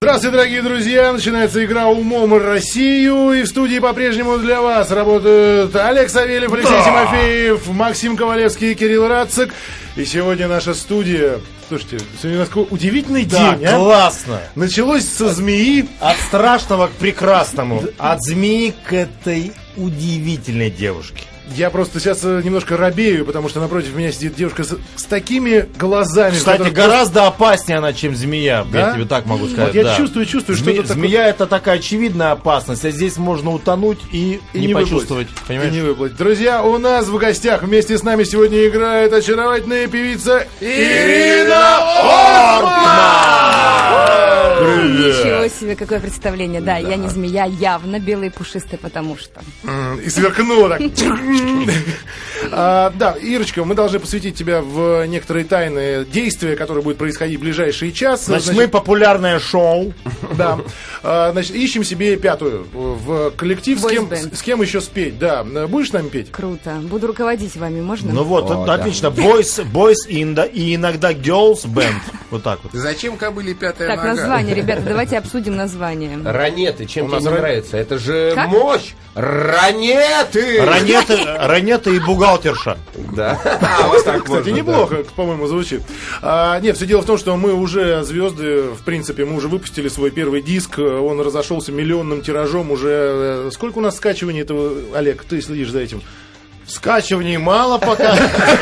Здравствуйте, дорогие друзья! Начинается игра «Умом Россию». И в студии по-прежнему для вас работают Олег Савельев, Алексей Тимофеев, Максим Ковалевский и Кирилл Рацик. И сегодня наша студия... Слушайте, сегодня у нас такой удивительный день, а? Классно! Началось со змеи. От страшного к прекрасному. От змеи к этой удивительной девушке. Я просто сейчас немножко робею, потому что напротив меня сидит девушка с такими глазами. Кстати, гораздо опаснее она, чем змея. Да? Я тебе так могу сказать. Вот я чувствую, что это змея такое... это такая очевидная опасность, а здесь можно утонуть и не почувствовать. Понимаешь? И не выплыть. Друзья, у нас в гостях вместе с нами сегодня играет очаровательная певица Ирина Ортман! Ничего себе, какое представление. Да, я не змея, явно белый и пушистый, потому что... И сверкнула так. Да, Ирочка, мы должны посвятить тебя в некоторые тайные действия, которые будут происходить в ближайший час. Значит, мы популярное шоу. Да. Значит, ищем себе пятую в коллектив. С кем еще спеть? Да. Будешь с нами петь? Круто. Буду руководить вами, можно? Ну вот, отлично. Boys in и иногда girls band. Вот так вот. Зачем кобыле пятая нога? Так, название, ребята, давайте обсудим название. Ранеты, чем тебе не нравится? Это же мощь! Ранеты! Ранеты и бухгалтерша. Да. Вот так, кстати, неплохо, по-моему, звучит. Нет, все дело в том, что мы уже звезды, в принципе, мы уже выпустили свой первый диск, он разошелся миллионным тиражом уже. Сколько у нас скачиваний этого, Олег, ты следишь за этим? Скачиваний мало пока.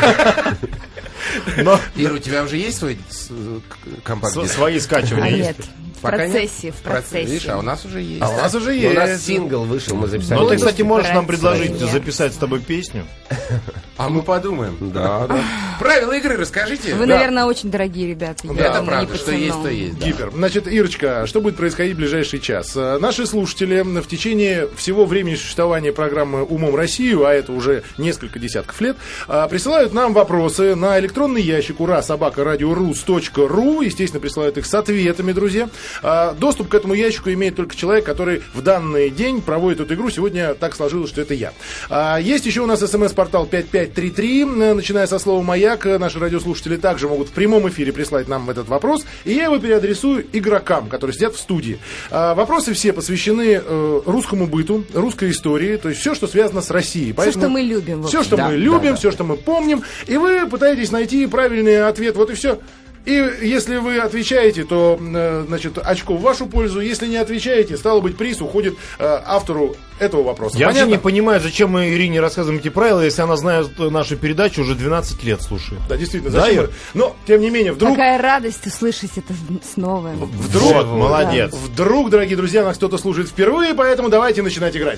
Но... Ира, у тебя уже есть свой компакт-диск? Свои скачивания есть? Нет. В процессе. Видишь, а у нас уже есть. У нас уже есть. У нас сингл вышел, мы записали. Ну, ты, кстати, можешь нам предложить записать с тобой песню. А мы подумаем. Да. Правила игры расскажите. Вы, наверное, очень дорогие ребята. Это правда, что есть, то есть. Гипер. Значит, Ирочка, что будет происходить в ближайший час? Наши слушатели в течение всего времени существования программы «Умом Россию», а это уже несколько десятков лет, присылают нам вопросы на электронный ящик uра@radiorus.ru. Естественно, присылают их с ответами, друзья. Доступ к этому ящику имеет только человек, который в данный день проводит эту игру. Сегодня так сложилось, что это я. Есть еще у нас смс-портал 5533, начиная со слова «Маяк». Наши радиослушатели также могут в прямом эфире прислать нам этот вопрос, и я его переадресую игрокам, которые сидят в студии. Вопросы все посвящены русскому быту, русской истории, то есть все, что связано с Россией. Все, что мы любим. Все, что мы любим, все, что мы помним, и вы пытаетесь найти правильный ответ, вот и все. И если вы отвечаете, то, значит, очко в вашу пользу. Если не отвечаете, стало быть, приз уходит автору этого вопроса. Я вообще не понимаю, зачем мы Ирине рассказываем эти правила, если она знает нашу передачу уже 12 лет слушает. Да, действительно, зачем? Да, но, тем не менее, вдруг... Какая радость услышать это снова. Вдруг, вот, молодец. Да. Вдруг, дорогие друзья, нас кто-то слушает впервые, поэтому давайте начинать играть.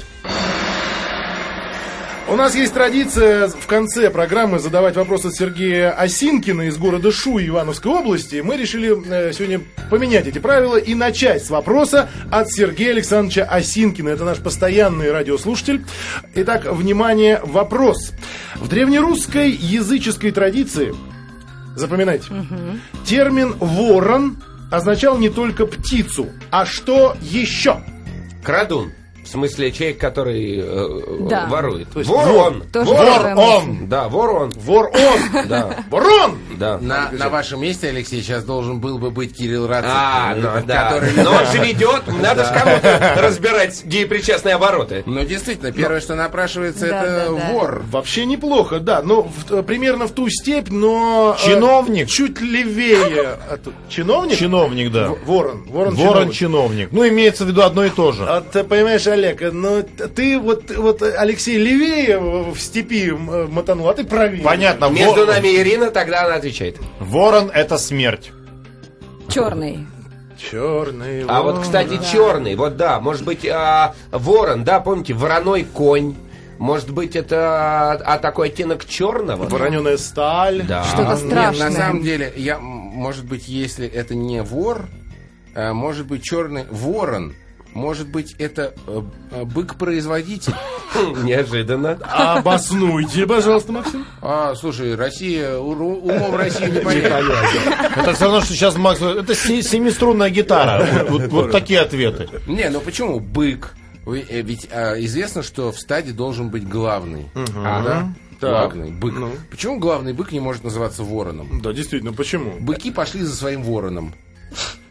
У нас есть традиция в конце программы задавать вопросы Сергея Осинкина из города Шуй Ивановской области. Мы решили сегодня поменять эти правила и начать с вопроса от Сергея Александровича Осинкина. Это наш постоянный радиослушатель. Итак, внимание, вопрос. В древнерусской языческой традиции, запоминайте, термин «ворон» означал не только птицу, а что еще? Крадун. В смысле, человек, который ворует. То есть ворон! Ворон! Да, ворон! Ворон! Да. Ворон! Да. На вашем месте, Алексей, сейчас должен был бы быть Кирилл Рацик. Который... Но он же ведет, надо же кому-то разбирать деепричастные обороты. Ну, действительно, первое, что напрашивается, это вор. Вообще неплохо, да, но примерно в ту степь, но... Чиновник. Чуть левее. Чиновник? Чиновник, да. Ворон чиновник. Ну, имеется в виду одно и то же. Ты понимаешь, Олег, ну ты вот Алексей левее в степи мотанул, а ты правее. Понятно. Между нами Ирина, тогда она отвечает. Ворон — это смерть. Черный. Черный ворон. А вот, кстати, черный, вот да, может быть, ворон, да, помните, вороной конь. Может быть, это такой оттенок черного? Вороненая сталь. Да. Что-то страшное. Нет, на самом деле, может быть, если это не вор, может быть, черный ворон. Может быть, это бык-производитель? Неожиданно. Обоснуйте, пожалуйста, Максим. Слушай, Россия, умом России не понять. Это все равно, что сейчас, Макс, это семиструнная гитара. Вот такие ответы. Не, ну почему бык? Ведь известно, что в стаде должен быть главный. Да? Главный бык. Почему главный бык не может называться вороном? Да, действительно, почему? Быки пошли за своим вороном.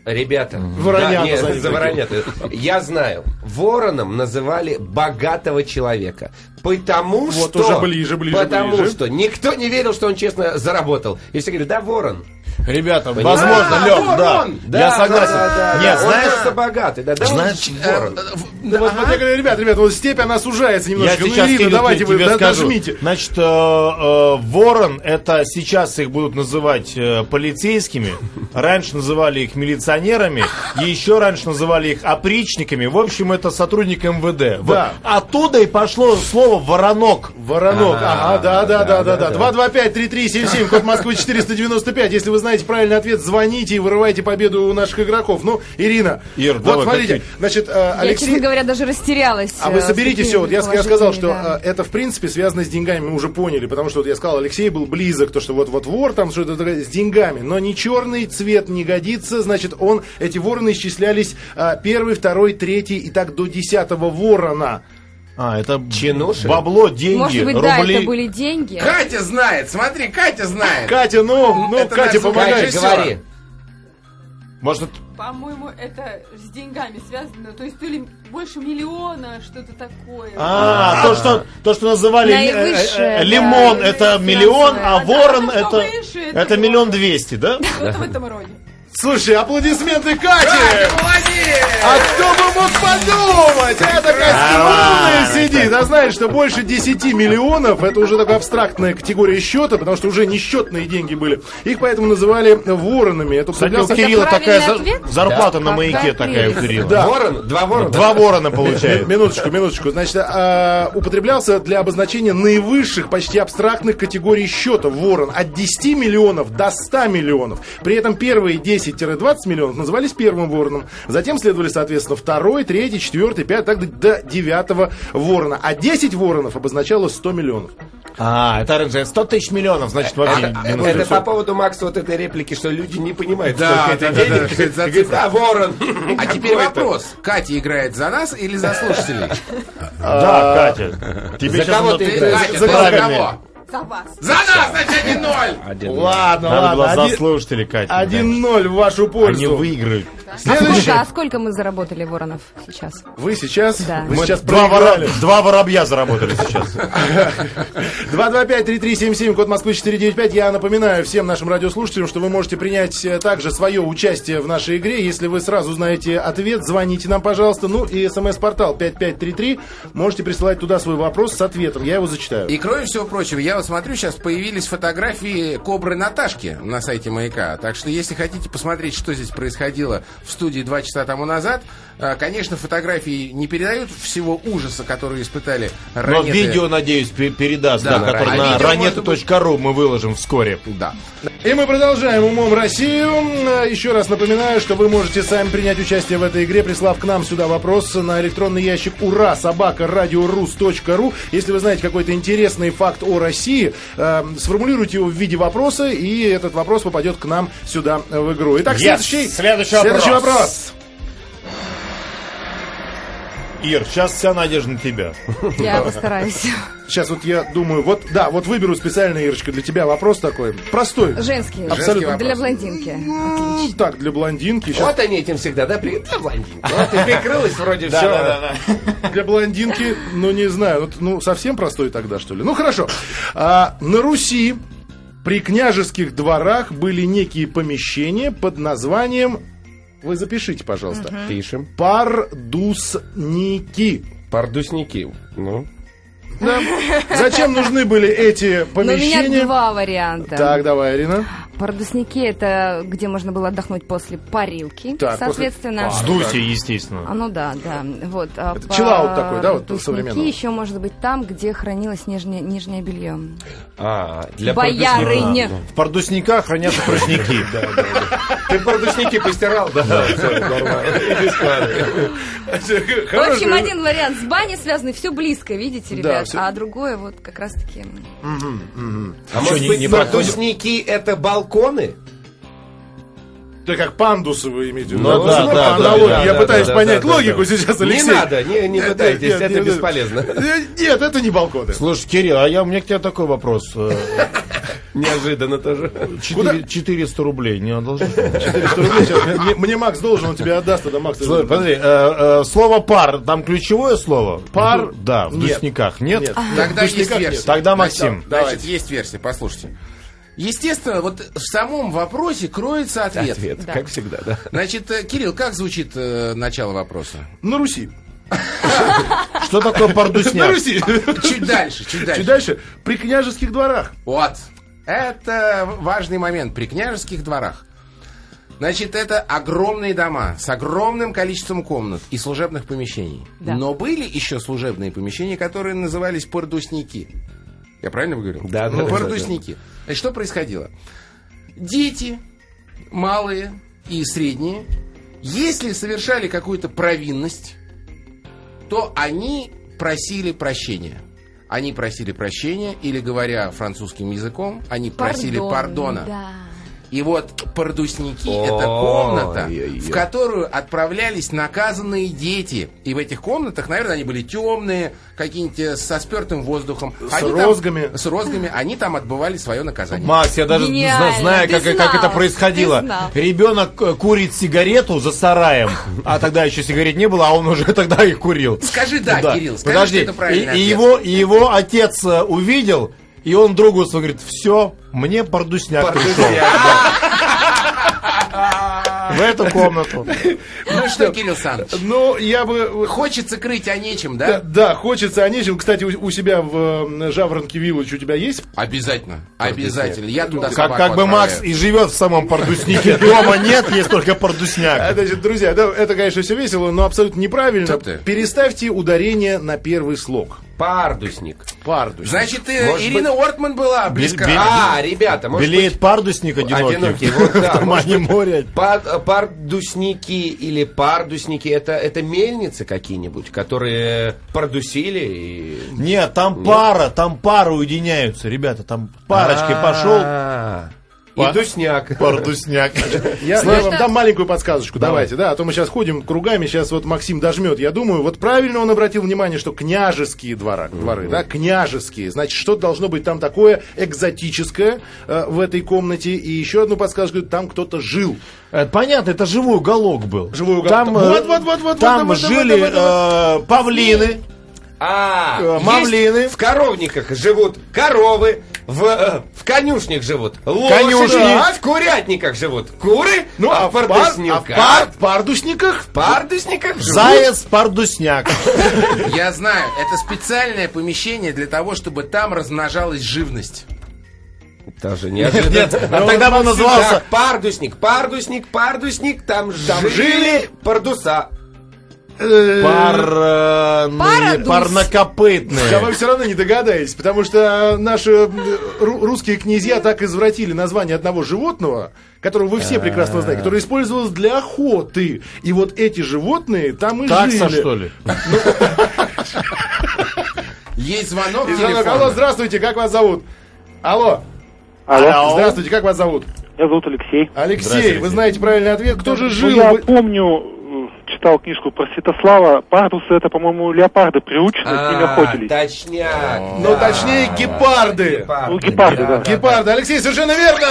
Ребята, Воронята нет, за ним за воронята. Я знаю, вороном называли богатого человека. Потому Вот что... уже ближе, Потому ближе. что никто не верил, что он честно заработал. И все говорят, да, ворон. Ребята, возможно, Лёх, да. Я согласен. Нет, он знаешь, просто богатый, да, он знаешь, ворон. Ну, вот, ребят, вот степь, она сужается я немножко. сейчас, Ирина, Кирилл, давайте вы тебе скажу. дожмите. Значит, ворон, это сейчас их будут называть полицейскими, раньше называли их милиционерами, и еще раньше называли их опричниками. В общем, это сотрудник МВД. Да. Оттуда и пошло слово воронок. Воронок, ага, да. 225-3377, код Москвы 495. Если вы знаете правильный ответ, звоните и вырывайте победу у наших игроков. Ну, Ирина, Ир, вот давай, смотрите, какие? значит, Я, Алексей... честно говоря, даже растерялась. А вы соберите все. Вот я сказал, что да. это, в принципе, связано с деньгами. Мы уже поняли, потому что вот я сказал, Алексей был близок, то, что вот вор там что-то с деньгами. Но ни черный цвет не годится. Значит, эти вороны исчислялись 1, 2, 3 и так до 10-го ворона. Это Чинуши? бабло, деньги, Может быть, рубли. да, это были деньги. Катя знает, смотри, Катя знает. Катя, Это Катя, наш помогай. Катя, говори. Может, По-моему, это с деньгами связано. То есть то ли больше миллиона, что-то такое. то, что называли Наивысшее, лимон, да, это финансовое. миллион, а Да, ворон это это выше, это 1 200 000, да? Что-то в этом роде. Слушай, аплодисменты Кате! Катя, молодец! А кто бы мог подумать? Это такая скромная сидит. А знаешь, что больше 10 миллионов, это уже такая абстрактная категория счета, потому что уже несчетные деньги были. Их поэтому называли воронами. Это Кстати, у употреблялся- Кирилла такая правильный ответ? зарплата на Да. маяке Какая такая у прелесть. Кирилла. Да. Ворон? 2 ворона? 2 ворона получает. Минуточку. Значит, употреблялся для обозначения наивысших, почти абстрактных категорий счета ворон. От 10 миллионов до 100 миллионов. При этом первые 10-20 миллионов назывались первым вороном. Затем следовали, соответственно, 2, 3, 4, 5, так до 9 ворона. А 10 воронов обозначало 100 миллионов. Это раньше 100 000 миллионов, значит, вообще минус. Это по поводу, Макса, вот этой реплики, что люди не понимают, Да, сколько это да, денег. что это за Говорит, цифра? да, ворон. А теперь Какой-то. вопрос. Катя играет за нас или за слушателей? Да, Катя. Тебе За сейчас кого надо- ты играешь? Катя, ты за за правильный. кого? За вас. За нас, значит, 1-0. Надо было за Ладно. слушателей, Катя. 1-0 в вашу Они пользу. выиграют. Сколько мы заработали воронов сейчас? Вы сейчас? Да. Вы Мы сейчас 2 проиграли. воробья заработали сейчас. 225-3377, код Москвы 495. Я напоминаю всем нашим радиослушателям, что вы можете принять также свое участие в нашей игре. Если вы сразу знаете ответ, звоните нам, пожалуйста. Ну и смс-портал 5533. Можете присылать туда свой вопрос с ответом. Я его зачитаю. И кроме всего прочего, я вот смотрю, сейчас появились фотографии Кобры Наташки на сайте Маяка. Так что, если хотите посмотреть, что здесь происходило в студии 2 часа тому назад, конечно, фотографии не передают всего ужаса, который испытали Но ранеты. видео, надеюсь, передаст, Да, да, который а на видео ранета.ру мы выложим вскоре. Да. И мы продолжаем «Умом Россию». Еще раз напоминаю, что вы можете сами принять участие в этой игре, прислав к нам сюда вопрос на электронный ящик ура@радиорус.ру. Если вы знаете какой-то интересный факт о России, сформулируйте его в виде вопроса, и этот вопрос попадет к нам сюда в игру. Итак, Следующий вопрос. Ир, сейчас вся надежда на тебя. Я постараюсь. Сейчас вот я думаю, вот выберу специально, Ирочка, для тебя вопрос такой. Простой. Женский. Абсолютно. Для блондинки. Отлично. Так, для блондинки. Сейчас Вот они этим всегда, да, привет, да, блондинка. Вот и прикрылась вроде все. для блондинки, не знаю, совсем простой тогда, что ли. Ну, хорошо. На Руси при княжеских дворах были некие помещения под названием... Вы запишите, пожалуйста. Пишем. Пардусники. Пардусники. Ну. Да. Зачем нужны были эти Но у меня помещения? 2 варианта. Так, давай, Арина. Пардусники — это где можно было отдохнуть после парилки, Так, соответственно. Сдуйте, естественно. Да. Вот. Это чиллаут такой, да, вот современный? Пардусники еще может быть там, где хранилось нижнее белье. Для Боярыня. В пардусниках хранятся порожники. Ты пардусники постирал? Да, все нормально. В общем, один вариант с баней связанный, все близко, видите, Да, ребят, всё. а другое вот как раз-таки... А Что, может не быть, проходит? пардусники это балконы? Да как пандусы вы имеете в виду? Ну, да, да, аналогия. да, Я да, пытаюсь да, понять да, логику да. сейчас, Не Алексей. надо, не пытайтесь, Нет, это нет, бесполезно. Нет, это не балконы. Слушай, Кирилл, а у меня к тебе такой вопрос. Неожиданно тоже. 400 рублей не одолжишь? 400 рублей сейчас. Мне Макс должен, он тебе отдаст, тогда Макс... Слушай, подожди, слово пар, там ключевое слово? Пар? Да, в Душниках. Нет? Тогда есть версия. Тогда Максим. Значит, есть версия, послушайте. Естественно, вот в самом вопросе кроется ответ. Да. Как всегда, да. Значит, Кирилл, как звучит начало вопроса? На Руси. Что такое На пардусняк? Руси. Чуть дальше. Чуть дальше. При княжеских дворах. Вот. Это важный момент. При княжеских дворах. Значит, это огромные дома с огромным количеством комнат и служебных помещений. Да. Но были еще служебные помещения, которые назывались пардусники. Я правильно говорю? Да. Пардусники. Значит, что происходило? Дети, малые и средние, если совершали какую-то провинность, то они просили прощения. Они просили прощения, или, говоря французским языком, они просили пардона. Да. И вот пардусники — это комната, в которую отправлялись наказанные дети. И в этих комнатах, наверное, они были темные, какие-нибудь со спертым воздухом. С розгами. С розгами. Они там отбывали свое наказание. Макс, я даже Гениально. знаю, Ты как знал, это происходило. ты знал. Ребенок курит сигарету за сараем, а тогда еще сигарет не было, а он уже тогда их курил. Скажи «да», Кирилл, скажи, Подожди, что это правильный ответ. и его отец увидел, и он другу свой говорит: все, мне пардусняк пришел. В эту комнату. Ну что, Кирилл Саныч, Ну, я бы... хочется крыть, а нечем, да? Да, хочется, а нечем. Кстати, у себя в Жаворонке Виллидж у тебя есть? Обязательно, обязательно. Я туда собаку Как бы Макс отправляю. и живет в самом пардуснике. Дома нет, есть только пардусняк. Значит, друзья, да, это, конечно, все весело, но абсолютно неправильно. Что ты? Переставьте ударение на первый слог. Пардусник. Пардус. Значит, Может Ирина Ортман была близка. Ребята, может Белеет быть... пардусник одинокий. Одинокий, вот да, В тумане моря. Пардусники или пардусники это мельницы какие-нибудь, которые пардусили и... Нет, там пара уединяются, ребята, там парочкой пошел. И дусняк. Пардусняк. Я вам дам маленькую подсказочку, давайте, да, а то мы сейчас ходим кругами, сейчас вот Максим дожмет. Я думаю, вот правильно он обратил внимание, что княжеские дворы, да, княжеские. Значит, что должно быть там такое экзотическое в этой комнате. И еще одну подсказку, там кто-то жил. Понятно, это живой уголок был. Живой уголок. Там, Вот, там давай, жили павлины, мавлины. В коровниках живут коровы, в конюшнях живут лошади, Конюшни. в курятниках живут куры, Ну, а в пардусниках... в пардусниках? В пардусниках живут... Заяц пардусняк. Я знаю, это специальное помещение для того, чтобы там размножалась живность. Тоже неожиданно. Нет, а тогда бы он назывался... Так, пардусник, там жили пардуса. Парнокопытные. А вы все равно не догадаетесь, потому что наши русские князья так извратили название одного животного, которого вы все прекрасно знаете, которое использовалось для охоты. И вот эти животные там и жили. Такса, что ли? Есть звонок И звонок. телефона. Алло, здравствуйте, как вас зовут? Алло. Алло. Здравствуйте, как вас зовут? Меня зовут Алексей. Алексей, вы знаете правильный ответ. Кто же жил? Я помню, читал книжку про Святослава. Пардусы — это, по-моему, леопарды приучены, с ними охотились. Точняк. Ну, точнее, гепарды. Ну, гепарды, да. Гепарды. Алексей, совершенно верно!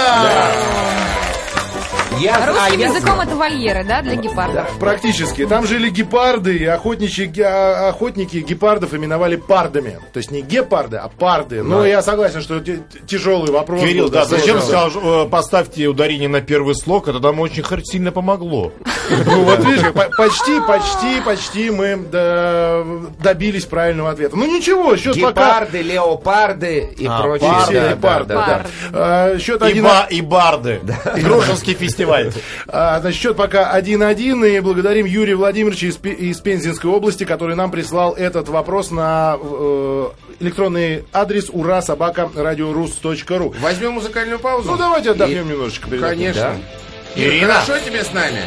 Русским языком это вольеры, да, для гепардов? Практически. Там жили гепарды, и охотники гепардов именовали пардами. То есть не гепарды, а парды. Ну, я согласен, что тяжелый вопрос. Кирилл, был, да, зачем сложный. сказал, поставьте ударение на первый слог, это нам очень сильно помогло. Ну, вот видишь, почти мы добились правильного ответа. Ну, ничего, счет пока... Гепарды, леопарды и прочие. Все Да, гепарды, да, да. да. Счет 1-1. И барды. Грушинский фестиваль. Значит, счет пока 1-1, и благодарим Юрия Владимировича из Пензенской области, который нам прислал этот вопрос на электронный адрес ura@radiorus.ru. Возьмем музыкальную паузу? Ну, давайте отдохнем немножечко. перед этим. Конечно. Да. Ирина, хорошо тебе с нами?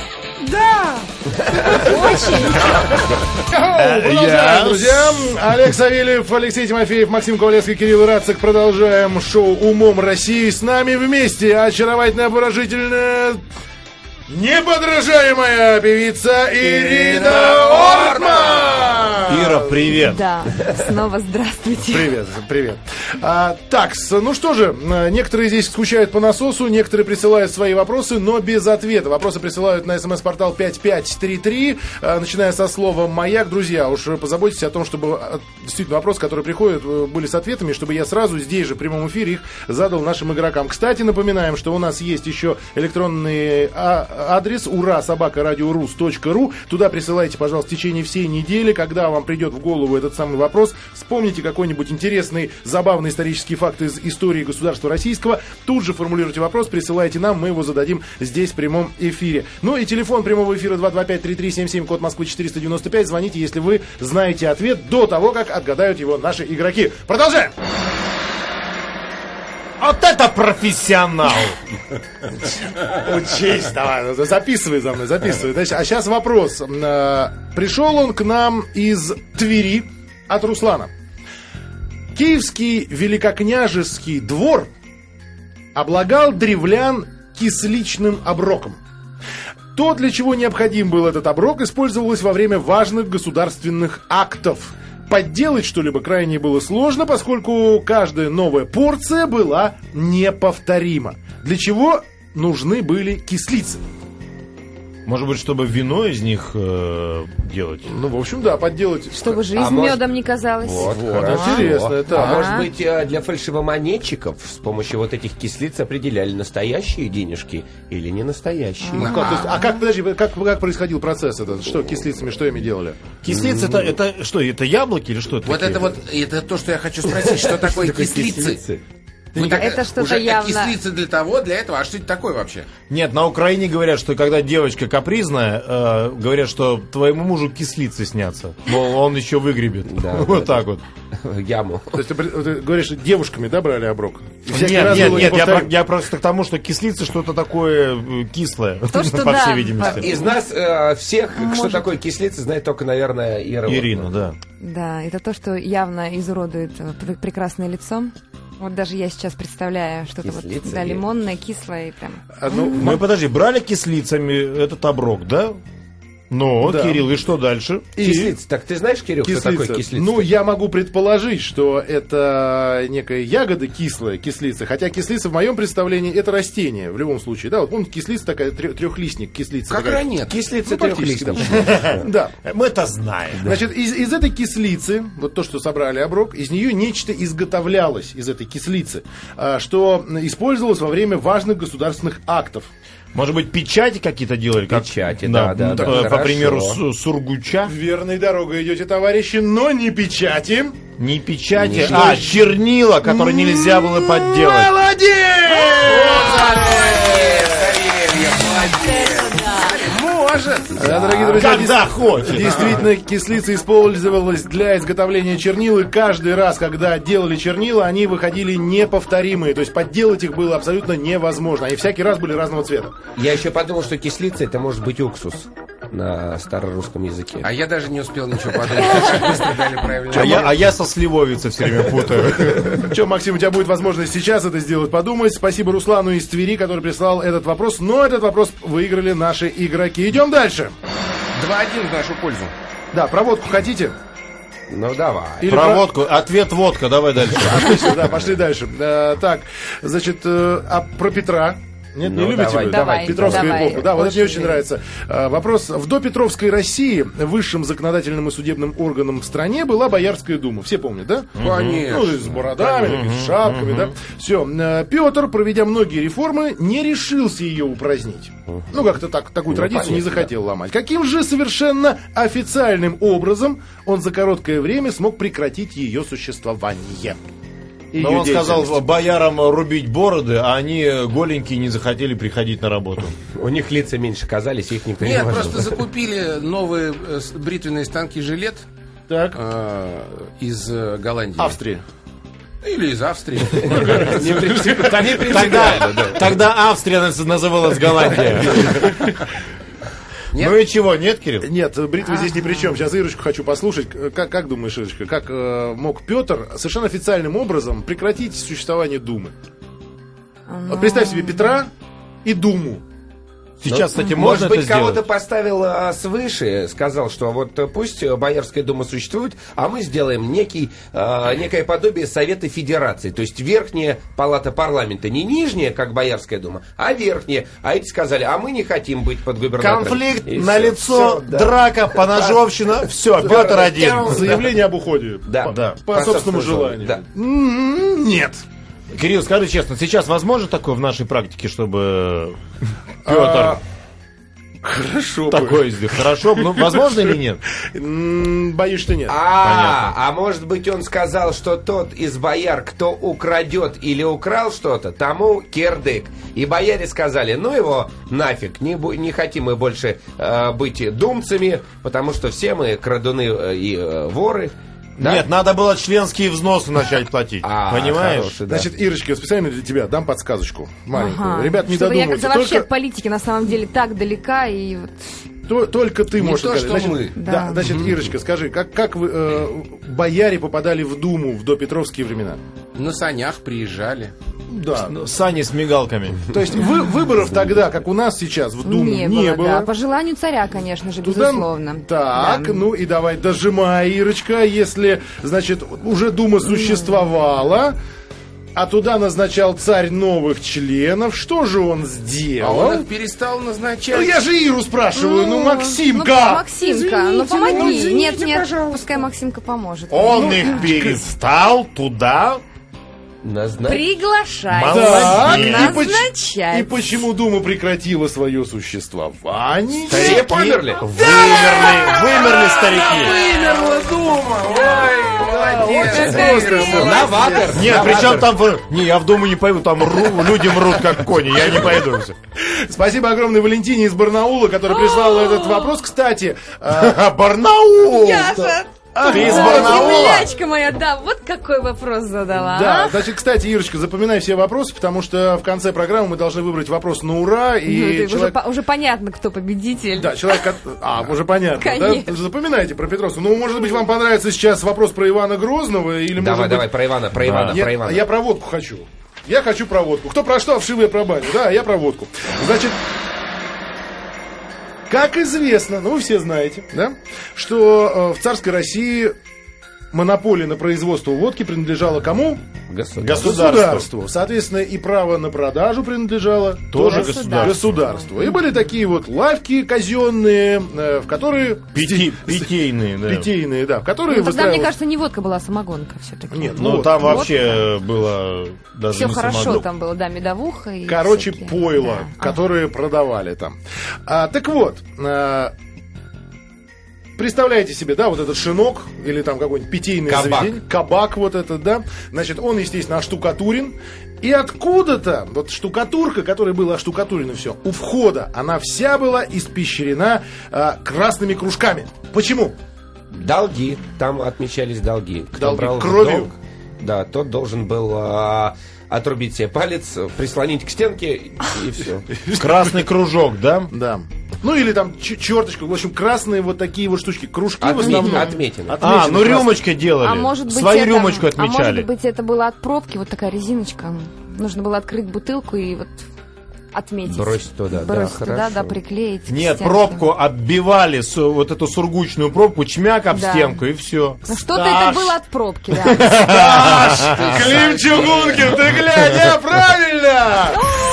Очень. Продолжаем, друзья. Олег Савельев, Алексей Тимофеев, Максим Ковалевский, Кирилл Рацик. Продолжаем шоу «Умом России». С нами вместе очаровательная, обворожительная, неподражаемая певица Ирина Ортман. Ира, привет. Да, снова здравствуйте. Привет. Ну что же, некоторые здесь скучают по насосу, некоторые присылают свои вопросы, но без ответа. Вопросы присылают на смс-портал 5533, начиная со слова «Маяк». Друзья, уж позаботьтесь о том, чтобы действительно вопросы, которые приходят, были с ответами, чтобы я сразу здесь же в прямом эфире их задал нашим игрокам. Кстати, напоминаем, что у нас есть еще электронный адрес ura@radiorus.ru. Туда присылайте, пожалуйста, в течение всей недели, когда вам придет в голову этот самый вопрос. Вспомните какой-нибудь интересный, забавный исторический факт из истории государства российского. Тут же формулируйте вопрос, присылайте нам, мы его зададим здесь в прямом эфире. Ну и телефон прямого эфира 225-3377, код Москвы 495. Звоните, если вы знаете ответ до того, как отгадают его наши игроки. Продолжаем! Вот это профессионал! Учись, давай, записывай за мной, записывай. А сейчас вопрос. Пришел он к нам из Твери от Руслана. Киевский великокняжеский двор облагал древлян кисличным оброком. То, для чего необходим был этот оброк, использовалось во время важных государственных актов. Подделать что-либо крайне было сложно, поскольку каждая новая порция была неповторима. Для чего нужны были кислицы? Может быть, чтобы вино из них делать? Ну, в общем, да, подделать. Чтобы жизнь медом не казалась. Вот, интересно, это. может быть, для фальшивомонетчиков с помощью вот этих кислиц определяли, настоящие денежки или не настоящие. Как происходил процесс этот? Что кислицами, что ими делали? Кислицы это что, это яблоки или что это? Вот такие? это то, что я хочу спросить. Что такое кислицы? Это что-то уже явно... кислицы для этого, а что это такое вообще? Нет, на Украине говорят, что когда девочка капризная, говорят, что твоему мужу кислицы снятся. Мол, он еще выгребет. Вот так вот. Яму. То есть ты говоришь, девушками, да, брали оброк? Нет, я просто к тому, что кислицы что-то такое кислое, по всей видимости. Из нас всех, что такое кислицы, знает только, наверное, Ирина, да. Да, это то, что явно изуродует прекрасное лицо. Вот даже я сейчас представляю что-то лимонное, кислое и прям... Ну, подожди, брали кислицами этот оброк, да? Ну, да. Кирилл, и что дальше? Кислица. Так ты знаешь, Кирилл, кто такой кислица? Ну, я могу предположить, что это некая ягода кислая, кислица. Хотя кислица в моем представлении это растение, в любом случае. Да, вот помните, кислица такая, трехлистник, кислица. Как ранет? Кислица трехлистник. Да. Мы это знаем. Значит, из этой кислицы, вот то, что собрали оброк, из нее нечто изготовлялось, из этой кислицы, что использовалось во время важных государственных актов. Может быть, печати какие-то делали? Печати, да. По примеру, Сургуча. Верной дорогой идете, товарищи, но не печати. Не печати, чернила, которые нельзя было подделать. Молодец! Может. Да, дорогие друзья, Когда хочешь. Действительно, кислица использовалась для изготовления чернил, и каждый раз, когда делали чернила, они выходили неповторимые. То есть подделать их было абсолютно невозможно. Они всякий раз были разного цвета. Я еще подумал, что кислица это может быть уксус на старорусском языке. А я даже не успел ничего подумать. Быстро дали правильно. А я со сливовицей все время путаю. Че, Максим, у тебя будет возможность сейчас это сделать, подумать. Спасибо Руслану из Твери, который прислал этот вопрос. Но этот вопрос выиграли наши игроки. Идем дальше. 2-1 в нашу пользу. Да, проводку хотите? Ну, давай. Про водку. Ответ водка. Давай дальше. Отлично, да, пошли дальше. Так, значит, про Петра. Нет, не любите вы? Давай, Петровскую давай. эпоху. Да, вот это мне очень нравится. Вопрос. В допетровской России высшим законодательным и судебным органом в стране была Боярская дума. Все помнят, да? Конечно. Ну, с бородами, с шапками, да. Все. Петр, проведя многие реформы, не решился ее упразднить. Ну, как-то такую традицию не захотел ломать. Каким же совершенно официальным образом он за короткое время смог прекратить ее существование? Но он сказал боярам рубить бороды, а они голенькие не захотели приходить на работу. У них лица меньше казались, их никто не Нет, уважал. просто закупили новые бритвенные станки «Жилет» из Голландии. Австрии. Или из Австрии. Тогда Австрия называлась Голландия. Нет? Ну и чего, нет, Кирилл? Нет, бритвы здесь ни при чем. Сейчас Ирочку хочу послушать. Как думаешь, Ирочка, как мог Петр совершенно официальным образом прекратить существование Думы? Вот представь себе Петра и Думу. Сейчас, кстати, можно может быть, это сделать? кого-то поставил свыше, сказал, что вот пусть Боярская дума существует, а мы сделаем некое подобие Совета Федерации. То есть верхняя палата парламента, не нижняя, как Боярская дума, а верхняя. А эти сказали, а мы не хотим быть под губернатором. Конфликт, налицо, драка, поножовщина, все, Петр один. Заявление об уходе. Да. По собственному желанию. Да. Нет. Кирилл, скажи честно, сейчас возможно такое в нашей практике, чтобы Петр Хорошо. такое сделал? Хорошо, ну, возможно или нет? Боюсь, что нет. А может быть, он сказал, что тот из бояр, кто украдет или украл что-то, тому кирдык. И бояре сказали, ну его нафиг, не хотим мы больше быть думцами, потому что все мы крадуны и воры. Да? Нет, надо было членские взносы начать платить. Понимаешь? Хороший, да. Значит, Ирочка, специально для тебя дам подсказочку маленькую. Ага. Ребят, не Чтобы я додумывайте. как-то вообще от политики на самом деле так далека и вот... Только ты Не можешь то, сказать. что Значит, мы. Да. Значит, Ирочка, скажи, как вы, бояре попадали в Думу в допетровские времена? На санях приезжали. Да. Сани с мигалками. То есть выборов тогда, как у нас сейчас, в Думу не было. Да. По желанию царя, конечно же, Туда- безусловно. Так, Да. ну и давай дожимай, Ирочка, если, значит, уже Дума существовала, а туда назначал царь новых членов, что же он А сделал? он их перестал назначать. Ну я же Иру спрашиваю, ну Ну, Максимка! Максимка, ну помоги. Нет, пускай Максимка поможет. Он их перестал туда. Приглашай. Так, Назначай. и почему Дума прекратила свое существование? Все померли? Вымерли старики. Вымерла Дума. Ой, молодец. Новатор. Нет, причем там... Не, я в Думу не пойду, там люди мрут как кони, я не пойду. Спасибо огромное Валентине из Барнаула, которая прислала этот вопрос. Кстати, Барнаул! Яша, Ты из Барнаула? землячка моя, да, вот какой вопрос задала. да, а? значит, кстати, Ирочка, запоминай все вопросы, потому что в конце программы мы должны выбрать вопрос на ура. Ну, И ты человек... уже понятно, кто победитель. Да, человек... уже понятно, Конечно. да? Запоминайте про Петровскую. Ну, может быть, вам понравится сейчас вопрос про Ивана Грозного, или, может Давай, быть... про Ивана. Я про водку хочу. Я хочу про водку. Кто про что, вшивые про баню. Да, я про водку. Значит, как известно, ну вы все знаете, да, что в царской России монополия на производство водки принадлежала кому? Государству. Соответственно, и право на продажу принадлежало Тоже государству. И были такие вот лавки казенные, в которые... Питейные, да. Питейные, да. В которые Ну, тогда, мне выстраивалось- кажется, не водка была, а самогонка все-таки. Нет, Ну, вот. там вообще было даже Все не хорошо самогон. там было, да, медовуха и Короче, всякие. пойло, Да. которые продавали там. Так вот, представляете себе, да, вот этот шинок или там какой-нибудь питейный Кабак. заведение, кабак вот этот, да, значит, он, естественно, оштукатурен, и откуда-то вот штукатурка, которая была оштукатурена все, у входа, она вся была испещрена красными кружками. Почему? Долги. Там отмечались долги. Кто Долги. брал Кровью? долг, да, тот должен был отрубить себе палец, прислонить к стенке и все. Красный кружок, да? Да. Ну или там черточка, в общем, красные вот такие вот штучки, кружки в основном. Отметины. Ну Отмечены рюмочкой делали. А может быть, Свою это, рюмочку А отмечали. может быть, это было от пробки, вот такая резиночка. Нужно было открыть бутылку и вот отметить. Бросить туда, да, Бросить туда, хорошо. да, приклеить. к Нет, стенке. пробку оббивали, вот эту сургучную пробку, чмяк об Да. стенку и все. Ну что-то это было от пробки, да. Клим Чугункин, ты глянь, правильно!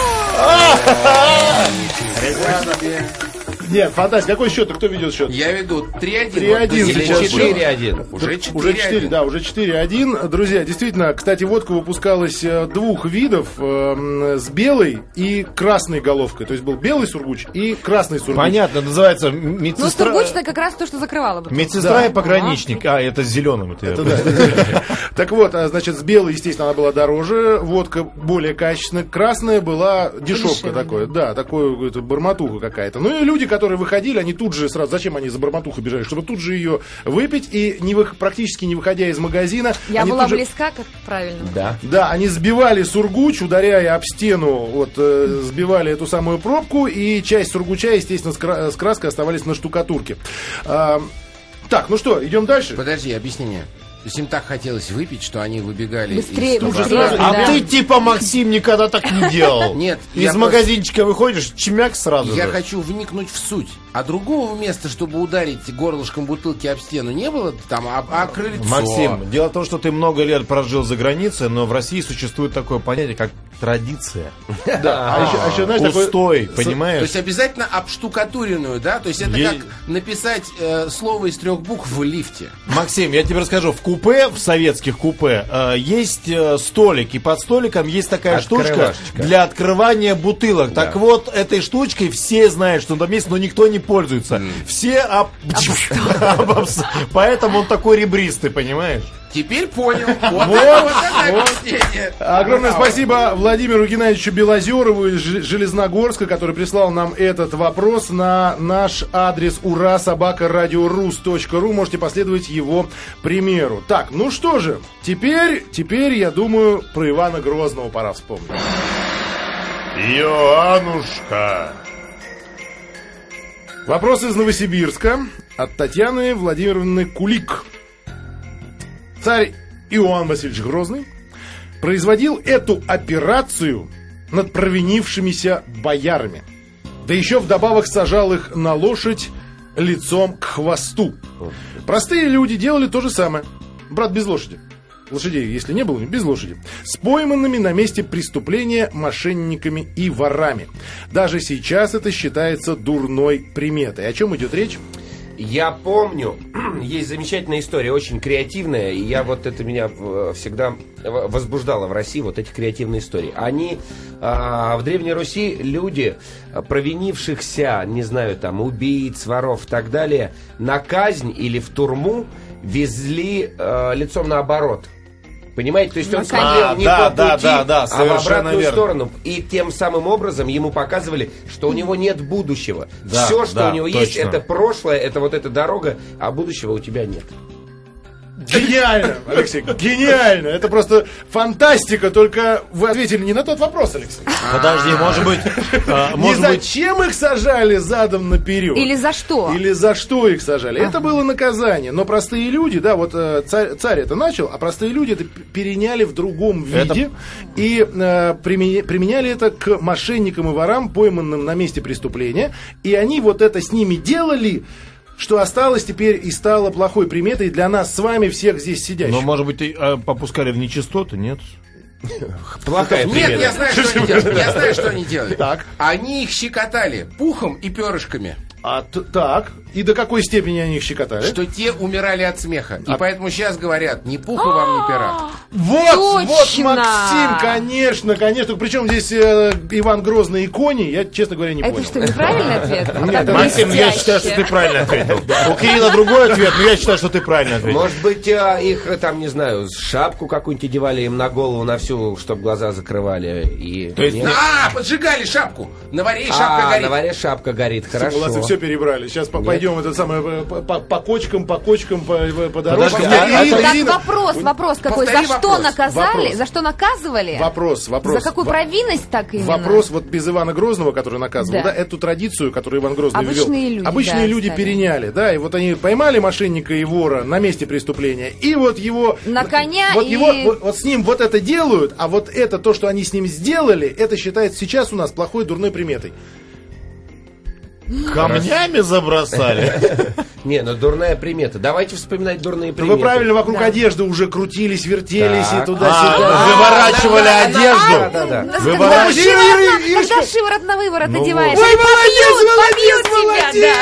Нет, фантастика. Какой счет? Кто ведет счет? Я веду 3-1. 3-1 Или сейчас. 4-1. Уже Уже 4, 4-1. да, уже 4-1. Друзья, действительно, кстати, водка выпускалась двух видов, с белой и красной головкой. То есть был белый сургуч и красный сургуч. Понятно, называется Ну, медсестра. сургуч-то как раз то, что закрывало бутылку. Медсестра Да. и пограничник. А, это с зеленым. Это Да. Так вот, значит, с белой, естественно, она была дороже, водка более качественная, красная была дешевка Дешевле. такое, да, такое это бормотуха какая-то. Ну и люди, которые выходили, они тут же сразу, зачем они за бормотухой бежали, чтобы тут же ее выпить и практически не выходя из магазина. Я они была тут же- близка, как правильно. Да. Да, они сбивали сургуч, ударяя об стену, вот, сбивали эту самую пробку, и часть сургуча, естественно, с краской оставались на штукатурке. Так, ну что, идем дальше? Подожди, объяснение. То есть им так хотелось выпить, что они выбегали быстрее, из быстрее, А да. ты типа, Максим, никогда так не делал. Нет, Из магазинчика выходишь, чмяк сразу Я же. хочу вникнуть в суть. А другого места, чтобы ударить горлышком бутылки об стену, не было? Там, крыльцо. Максим, дело в том, что ты много лет прожил за границей, но в России существует такое понятие, как традиция. Да, а еще, знаешь, такой... Устой, То понимаешь? есть обязательно обштукатуренную, да? То есть это как написать слово из 3 букв в лифте. Максим, я тебе расскажу. В купе, в советских купе, есть столик, и под столиком есть такая штучка для открывания бутылок. Так вот, этой штучкой все знают, что там есть, но никто не пользуется. Все поэтому он такой ребристый, понимаешь? Теперь понял. Вот это объяснение. Огромное спасибо Владимиру Геннадьевичу Белозерову из Железногорска, который прислал нам этот вопрос на наш адрес ura@radiorus.ru. Можете последовать его примеру. Так, ну что же, теперь, я думаю, про Ивана Грозного пора вспомнить. Иоаннушка. Вопрос из Новосибирска от Татьяны Владимировны Кулик. Царь Иоанн Васильевич Грозный производил эту операцию над провинившимися боярами. Да еще вдобавок сажал их на лошадь лицом к хвосту. Простые люди делали то же самое. Брат, без лошади. Лошадей, если не было, без лошади. С пойманными на месте преступления мошенниками и ворами. Даже сейчас это считается дурной приметой. О чем идет речь? Я помню, есть замечательная история, очень креативная, и это меня всегда возбуждало в России, вот эти креативные истории. Они, в Древней Руси люди, провинившихся, не знаю, там, убийц, воров и так далее, на казнь или в турму везли лицом наоборот. Понимаете? То есть он смотрел не по пути, а в обратную сторону. И тем самым образом ему показывали, что у него нет будущего. Все, что у него есть, это прошлое, это вот эта дорога, а будущего у тебя нет. Гениально, Алексей, гениально. Это просто фантастика, только вы ответили не на тот вопрос, Алексей. Подожди, может быть... Не зачем их сажали задом наперед. Или за что? Или за что их сажали. Это было наказание. Но простые люди, да, вот царь это начал, а простые люди это переняли в другом виде и применяли это к мошенникам и ворам, пойманным на месте преступления. И они вот это с ними делали, что осталось теперь и стало плохой приметой для нас с вами, всех здесь сидящих. Но, может быть, попускали в нечистоты, нет? Плохая примета. Нет, я знаю, что они делали. Я знаю, что они делали. Так. Они их щекотали пухом и перышками. Так, и до какой степени они их щекотали? Что те умирали от смеха. И поэтому сейчас говорят, ни пуха вам, ни пера. Вот, Точно! Максим, конечно. Причем здесь Иван Грозный и кони, я, честно говоря, не понял. Это что, неправильный ответ? Нет, Так Максим, я блестяще. считаю, что ты правильно ответил. У Кирилла другой ответ, но я считаю, что ты правильно ответил. Может быть, их там, не знаю, шапку какую-нибудь одевали им на голову, на всю, чтобы глаза закрывали. И... То есть... Поджигали шапку. На варе шапка горит. На варе шапка горит, хорошо. Молодцы, все перебрали. Сейчас пойдем это самое по кочкам, по дорожкам. Подожди, Так, вопрос какой. Повтори За что вопрос. наказали? За что наказывали? Вопрос. За какую провинность так именно? Вопрос вот без Ивана Грозного, который наказывал, Да. эту традицию, которую Иван Грозный ввел. Обычные люди, да, переняли, да, и вот они поймали мошенника и вора на месте преступления, и вот его... На коня вот и... его, вот с ним вот это делают, а вот это, то, что они с ним сделали, это считается сейчас у нас плохой, дурной приметой. Камнями забросали. Не, дурная примета. Давайте вспоминать дурные приметы. Вы правильно вокруг одежды уже крутились, вертелись Так. и туда-сюда. Выворачивали одежду. Да. Когда шиворот на выворот одеваешь. Ой, они молодец, побьют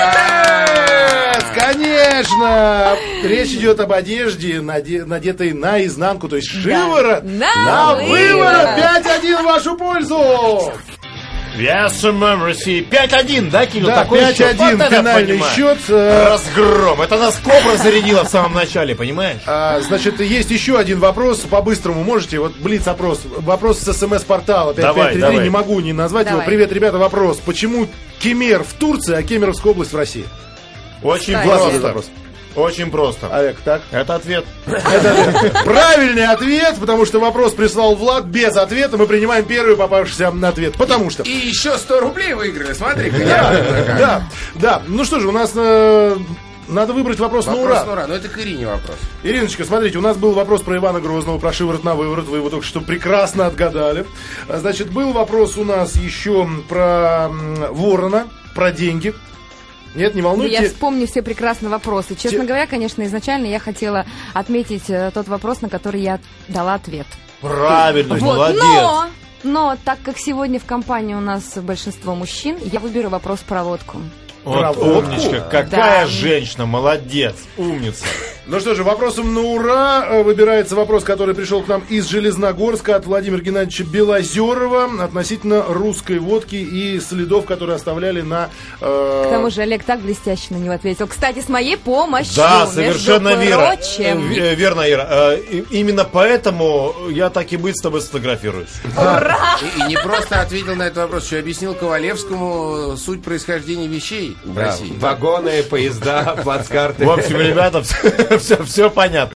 тебя, Конечно! Речь идет об одежде, надетой наизнанку, то есть шиворот на выворот. 5-1 в вашу пользу! России 5-1, да, Кирилл? Да, Такой счет. 5-1 Вот это финальный понимаю. счет. Разгром. Это нас Кобра зарядила в самом начале, понимаешь? Значит, есть еще один вопрос. По-быстрому можете? Вот блиц-опрос. Вопрос с СМС-портала. 5533. Давай. Не могу не назвать его. Давай. Привет, ребята, вопрос. Почему Кемер в Турции, а Кемеровская область в России? Очень Классный просто. вопрос. Очень просто. Олег, так? Это ответ. Правильный ответ, потому что вопрос прислал Влад без ответа. Мы принимаем первый попавшийся ответ. Потому что... И еще 100 рублей выиграли, смотри-ка. Да. Ну что же, у нас Надо выбрать вопрос на ура. Вопрос на ура, но это к Ирине вопрос. Ириночка, смотрите, у нас был вопрос про Ивана Грозного, про шиворот на выворот. Вы его только что прекрасно отгадали. Значит, был вопрос у нас еще про ворона, про деньги. Нет, не волнуйтесь. Я вспомню все прекрасные вопросы. Честно говоря, конечно, изначально я хотела отметить тот вопрос, на который я дала ответ. Правильно, Вот. молодец. Но так как сегодня в компании у нас большинство мужчин, я выберу вопрос про водку. Вот умничка, какая женщина, молодец, умница. Ну что же, вопросом на ура выбирается вопрос, который пришел к нам из Железногорска от Владимира Геннадьевича Белозерова относительно русской водки и следов, которые оставляли на... К тому же Олег так блестяще на него ответил. Кстати, с моей помощью, Да, совершенно верно. Прочим. Верно, Ира. Именно поэтому я так и быть с тобой сфотографируюсь. Ура! И не просто ответил на этот вопрос, еще объяснил Ковалевскому суть происхождения вещей в России. Вагоны, поезда, плацкарты. В общем, ребята, все понятно.